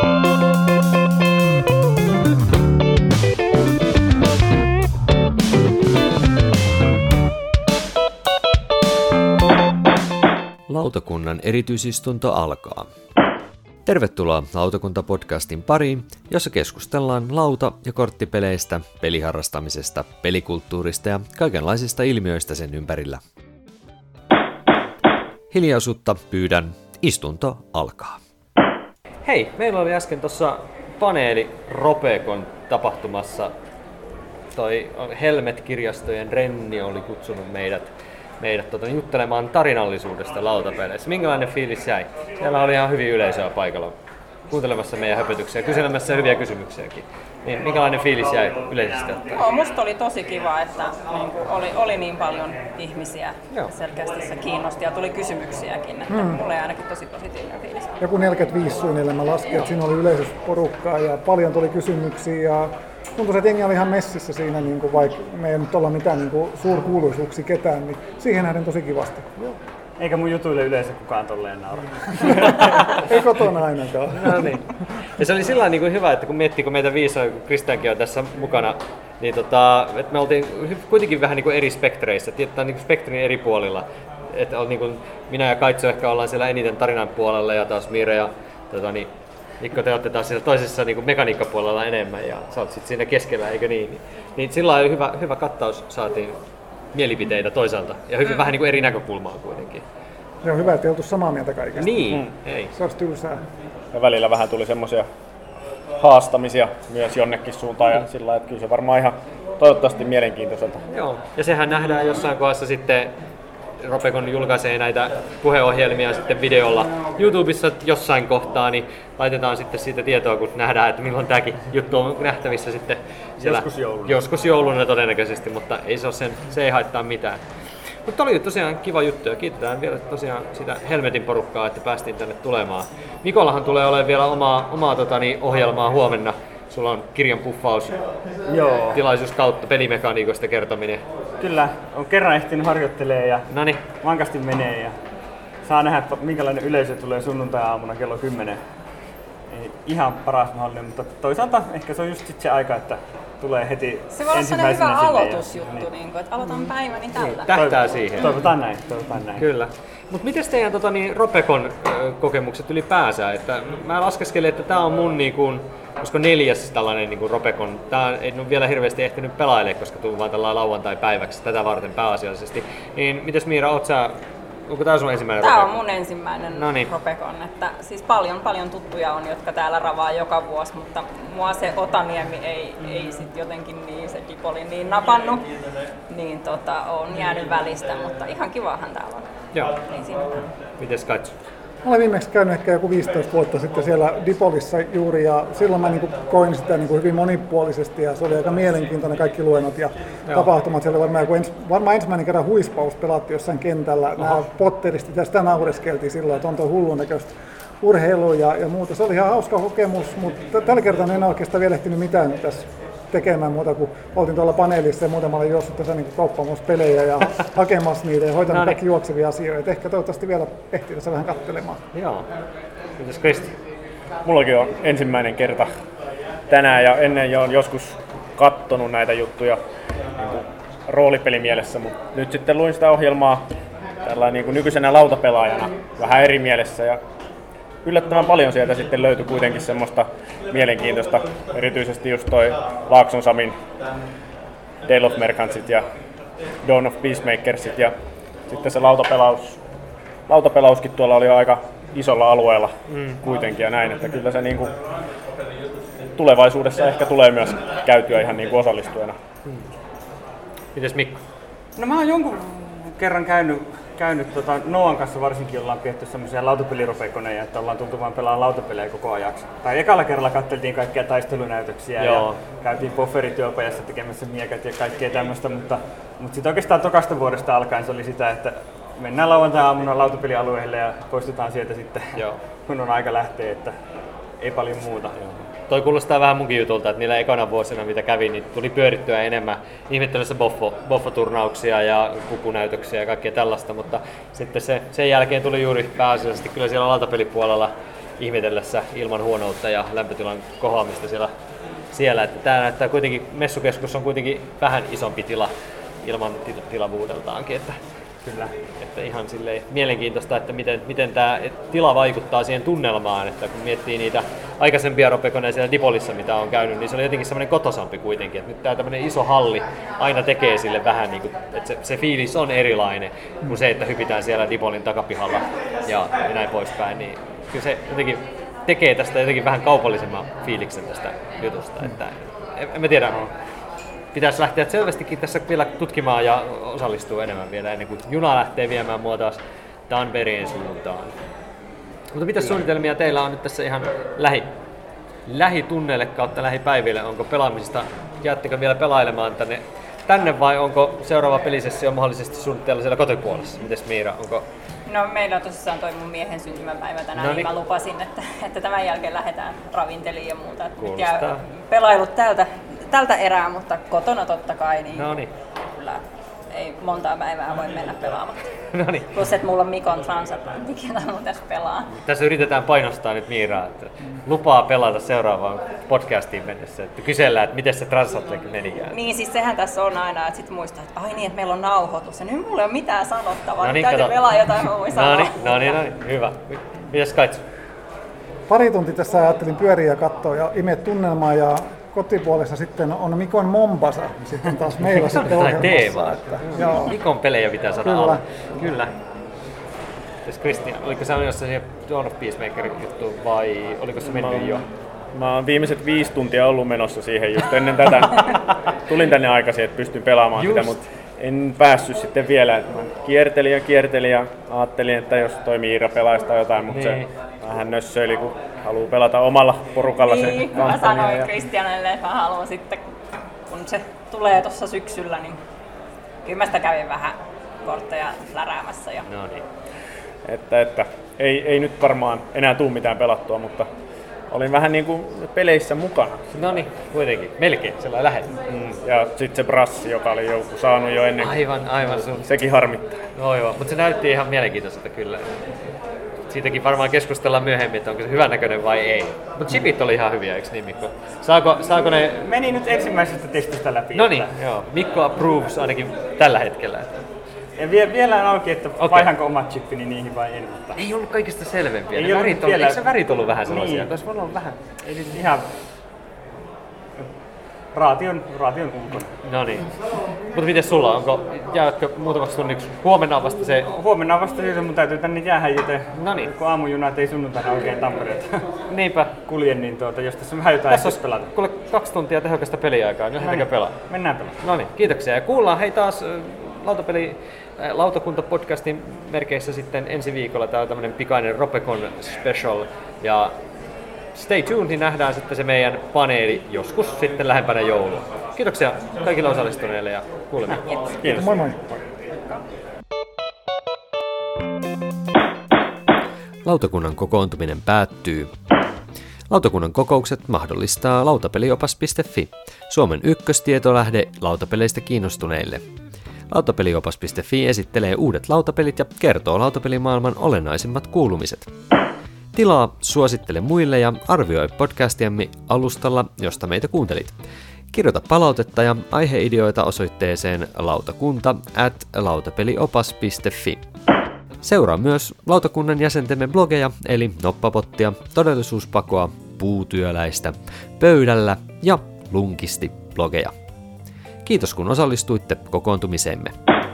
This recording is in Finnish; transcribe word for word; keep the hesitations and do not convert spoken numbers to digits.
Lautakunnan erityisistunto alkaa. Tervetuloa Lautakunta-podcastin pariin, jossa keskustellaan lauta- ja korttipeleistä, peliharrastamisesta, pelikulttuurista ja kaikenlaisista ilmiöistä sen ympärillä. Hiljaisuutta pyydän, istunto alkaa. Hei, meillä oli äsken tuossa paneeli Ropekon tapahtumassa. Toi Helmet-kirjastojen Renni oli kutsunut meidät meidät tota, juttelemaan tarinallisuudesta lautapeleissä. Minkälainen fiilis jäi? Siellä oli ihan hyvin yleisöä paikalla kuuntelemassa meidän höpötyksiä ja kyselemässä hyviä kysymyksiäkin. Niin, minkälainen fiilis jäi yleisesti ottaen? Joo, musta oli tosi kiva, että niin kuin oli, oli niin paljon ihmisiä. Joo. Selkeästi se kiinnosti ja tuli kysymyksiäkin. Että mm. mulla oli ainakin tosi positiivinen fiilis. Joku neljäkymmentäviisi suunnilleen mä laskin, että siinä oli yleisössä porukkaa ja paljon tuli kysymyksiä. Ja tuntui, että jengi oli ihan messissä siinä, niin kuin vaikka me ei nyt olla mitään niin kuin suurkuuluisuuksia ketään, niin siihen nähden tosi kivasti. Joo. Eikä mun jutuille yleensä kukaan tolleen naura. Ei kotona ainakaan. No niin. Ja se oli sillä niin kuin hyvä, että kun miettii, kun meitä viisoja, kun Kristiankin on tässä mukana, niin tota, että me oltiin kuitenkin vähän niin kuin eri spektreissä, tietää niin kuin spektrin eri puolilla. Että on, niin kuin, minä ja Kaitso ehkä ollaan siellä eniten tarinan puolella ja taas Miire ja tota, niin, Mikko, te olette taas siellä toisessa niin kuin mekaniikkapuolella enemmän ja sä oot sit siinä keskellä, eikö niin? Niin, niin sillä lailla hyvä, hyvä kattaus saatiin mielipiteitä toisaalta ja hyvin, mm. vähän niin kuin eri näkökulmaa kuitenkin. Se on hyvä, että ei oltu samaa mieltä kaikesta. Niin, mm. ei. Se olisi tylsää. Ja välillä vähän tuli semmoisia haastamisia myös jonnekin suuntaan ja sillä lailla, että kyllä se varmaan ihan toivottavasti mielenkiintoiselta. Joo, ja sehän nähdään jossain kohdassa sitten, Ropekon julkaisee näitä puheohjelmia sitten videolla YouTubessa jossain kohtaa, niin laitetaan sitten siitä tietoa, kun nähdään, että milloin tämäkin juttu on nähtävissä sitten siellä joskus jouluna. Joskus jouluna todennäköisesti, mutta ei se, ole sen, se ei haittaa mitään. Mutta oli tosiaan kiva juttu ja kiitetään vielä tosiaan sitä Helmetin porukkaa, että päästiin tänne tulemaan. Mikollahan tulee olemaan vielä omaa, omaa totani, ohjelmaa huomenna. Sulla on kirjan puffaus, Joo. tilaisuus kautta pelimekaniikoista kertominen. Kyllä, on kerran ehtinyt harjoittelemaan ja Noniin. vankasti menee ja saa nähdä minkälainen yleisö tulee sunnuntai-aamuna kello kymmenen. Ei ihan paras mahdollinen, mutta toisaalta ehkä se on just sit se aika, että tulee heti Se voi olla sellainen hyvä aloitusjuttu, ja, niin. Niin että aloitan päiväni tällä. Tähtää siihen. Toivotaan näin, toivotaan näin. Kyllä. Mutta miten teidän tota, niin, Ropekon ö, kokemukset ylipäänsä? Että mä laskeskelin, että tää on mun niin kun, koska neljäs tällainen niin kun Ropekon. Tää ei ole vielä hirveästi ehtinyt pelailemaan, koska tuun vaan tällä lauantai-päiväksi tätä varten pääasiallisesti. Niin mites Miira, oot sä, onko tää sun ensimmäinen Tää Ropekon? on mun ensimmäinen Noniin. Ropekon. Että siis paljon paljon tuttuja on, jotka täällä ravaa joka vuosi, mutta mua se Otaniemi ei, ei sit jotenkin niin, se Dipoli niin napannut. Niin tota, on jäänyt välistä, mutta ihan kivahan täällä on. Joo. Ei siinä mitään. Mites Kaitsu? Mä olen viimeksi käynyt ehkä joku viisitoista vuotta sitten siellä Dipolissa juuri ja silloin mä niin koin sitä niin hyvin monipuolisesti ja se oli aika mielenkiintoinen kaikki luennot ja Joo. tapahtumat. Siellä oli varmaan, joku ens, varmaan ensimmäinen kerran huispaus pelattiin jossain kentällä. Oho. Nämä Potteristit ja sitä naureskeltiin silloin, että on tuo hullun näköistä urheilua ja, ja muuta. Se oli ihan hauska kokemus, mutta tällä kertaa en oikeastaan vielä ehtinyt mitään tässä tekemään muuta, kun oltiin tuolla paneelissa ja muutamalla juossut tässä niin kauppaamassa pelejä ja hakemassa niitä ja hoitanut kaikki juoksevia asioita. Ehkä toivottavasti vielä ehtii tässä vähän katselemaan. Joo. Mitäs Kristi? Mullakin on ensimmäinen kerta tänään ja ennen jo on joskus kattonut näitä juttuja niin kuin roolipelimielessä, mutta nyt sitten luin sitä ohjelmaa tällä niin kuin nykyisenä lautapelaajana vähän eri mielessä ja yllättävän paljon sieltä sitten löytyi kuitenkin semmoista mielenkiintoista, erityisesti just toi Laakson Samin Dale of Merchantsit ja Dawn of Peacemakersit ja sitten se lautapelaus, lautapelauskin tuolla oli jo aika isolla alueella mm. kuitenkin ja näin, että kyllä se niin kuin tulevaisuudessa ehkä tulee myös käytyä ihan niin kuin osallistujana. Mm. Mites Mikko? No mä oon jonkun kerran käynyt käynyt tota, Noan kanssa varsinkin ollaan pietty semmoisia lautapeliropekoneja, että ollaan tultu vaan pelaamaan lautapelejä koko ajaksi. Tai ekalla kerralla katseltiin kaikkia taistelunäytöksiä Joo. ja käytiin Pofferityöpajassa tekemässä miekat ja kaikkea tämmöistä, mutta, mutta sitten oikeastaan tokasta vuodesta alkaen se oli sitä, että mennään lauantai-aamuna lautapelialueelle ja poistutaan sieltä sitten, Joo. kun on aika lähteä, että ei paljon muuta. Joo. Toi kuulostaa vähän munkin jutulta, että niillä ekana vuosina mitä kävi, niin tuli pyörittyä enemmän ihmettelyssä boffo, boffoturnauksia ja kukunäytöksiä ja kaikkea tällaista, mutta sitten se, sen jälkeen tuli juuri pääasiallisesti kyllä siellä lautapelipuolella ihmetellessä ilman huonoutta ja lämpötilan kohoamista siellä. siellä. Että tämä näyttää kuitenkin, messukeskus on kuitenkin vähän isompi tila ilman tilavuudeltaankin. Että Kyllä. Että ihan silleen mielenkiintoista, että miten, miten tämä tila vaikuttaa siihen tunnelmaan, että kun miettii niitä aikaisempia ropekoneja siellä Dipolissa, mitä on käynyt, niin se oli jotenkin semmoinen kotosampi kuitenkin, että nyt tämä tämmöinen iso halli aina tekee sille vähän, niin kuin, että se, se fiilis on erilainen kuin se, että hypitään siellä Dipolin takapihalla ja näin poispäin, niin kyllä se jotenkin tekee tästä jotenkin vähän kaupallisemman fiiliksen tästä jutusta, että en, en mä tiedä. Pitäisi lähteä selvästikin tässä vielä tutkimaan ja osallistua enemmän vielä ennen kuin juna lähtee viemään mua taas Danberien suuntaan. Mutta mitä suunnitelmia teillä on nyt tässä ihan lähi, lähitunneille kautta lähipäiville? Onko pelaamisesta, jäättekö vielä pelailemaan tänne, tänne vai onko seuraava pelisessio mahdollisesti suunnitteilla siellä kotipuolessa? Mites Miira, onko? No meillä on tosissaan toi mun miehen syntymäpäivä tänään, Noniin. niin mä lupasin, että, että tämän jälkeen lähdetään ravinteliin ja muuta. Että nyt Kuulostaa. jää pelailut tältä, tältä erää, mutta kotona totta kai, niin Noniin. kyllä ei montaa päivää voi mennä pelaamaan. No niin. Plus, että mulla on Mikon Transatlantic, jota mun tässä pelaa. Tässä yritetään painostaa nyt Miiraa, että lupaa pelata seuraavaan podcastiin mennessä, että kysellään, että miten se Transatlantic menikään. Niin, siis sehän tässä on aina, että sit muistaa, että ai niin, että meillä on nauhoitus ja nyt mulla ei ole mitään sanottavaa, No niin, täytyy kato. pelaa jotain, mä voin No sanoa. niin, no niin, no niin, hyvä. Mitäs Kaitsu? Pari tuntia tässä ajattelin pyöriä ja katsoa ja imeä tunnelmaa ja kotipuolessa sitten on Mikon Mombasa, sitten taas meillä Se on sitten jotain ohjelmassa. teemaa. Että, joo. Mikon pelejä pitää saada Kyllä. alla. Kyllä. Siis Kristian, oliko se jossain siihen Dawn of Peacemaker juttu vai oliko se mennyt jo? Mä oon viimeiset viisi tuntia ollut menossa siihen just ennen tätä. Tulin tänne aikaisin, että pystyn pelaamaan Just. sitä, mutta en päässyt sitten vielä. Mä kiertelin ja kiertelin ja ajattelin, että jos toi Miira pelaisi tai jotain, mutta Niin. se vähän nössöili, kun haluaa pelata omalla porukalla sen Niin, mä kampanjan. sanoin ja- Kristianelle, että mä haluan sitten, kun se tulee tuossa syksyllä, niin kyllä mä sitä kävin vähän kortteja läräämässä. Ja No niin. Että, että ei, ei nyt varmaan enää tuu mitään pelattua, mutta olin vähän niin kuin peleissä mukana. No niin, kuitenkin. Melkein, sellainen lähellä. Mm. Ja sitten se brassi, joka oli joku saanut jo ennen, Aivan, aivan sun. sekin harmittaa. No joo, mutta se näytti ihan mielenkiintoiselta kyllä. Siitäkin varmaan keskustellaan myöhemmin, että onko se hyvännäköinen vai ei. Mutta chipit oli ihan hyviä, eikö niin Mikko? Saako, saako ne... Meni nyt ensimmäisestä testistä läpi. No niin, että- joo. Mikko approves ainakin tällä hetkellä. Ja vie, vielä on auki, että Okei. vaihdanko omat chippini niihin vai en. Mutta Ei ollut kaikista selvempiä. Ei Ne ollut värit ollut, vielä- eikö se värit ollut vähän sellaisia? Niin. Olisi voinut olla vähän. ei nyt ihan raation, raation ulkona. No niin. Mutta miten sulla? Onko, jäätkö muutamaksi tunniksi? Huomenna on vasta se... Huomenna on vasta syytä, mun täytyy tänne jäädä, joten Noniin. kun aamujunat ei sunnuntaina oikein Tampereelta Niinpä. kulje, niin tuota, jos tässä on vähän jotain Tässä ehtoisi olisi pelata. kuule kaksi tuntia tehokasta peliaikaa. Nyt lähdetäänkö pelaa? Mennään pelaamaan. No niin, kiitoksia. Ja kuullaan hei taas äh, lautapeli äh, lautakunta-podcastin merkeissä sitten ensi viikolla. Tää on tämmönen pikainen Ropecon special. Ja stay tuned, niin nähdään sitten se meidän paneeli joskus sitten lähempänä joulua. Kiitoksia kaikille osallistuneille ja kuulemme. Kiitos. Moi moi. Lautakunnan kokoontuminen päättyy. Lautakunnan kokoukset mahdollistaa lautapeliopas piste fi, Suomen ykköstietolähde lautapeleistä kiinnostuneille. Lautapeliopas piste fi esittelee uudet lautapelit ja kertoo lautapelimaailman olennaisimmat kuulumiset. Tilaa, suosittele muille ja arvioi podcastiamme alustalla, josta meitä kuuntelit. Kirjoita palautetta ja aiheideoita osoitteeseen lautakunta at lautapeliopas piste fi. Seuraa myös lautakunnan jäsentemme blogeja, eli Noppapottia, Todellisuuspakoa, Puutyöläistä, Pöydällä ja Lunkisti blogeja. Kiitos kun osallistuitte kokoontumiseemme.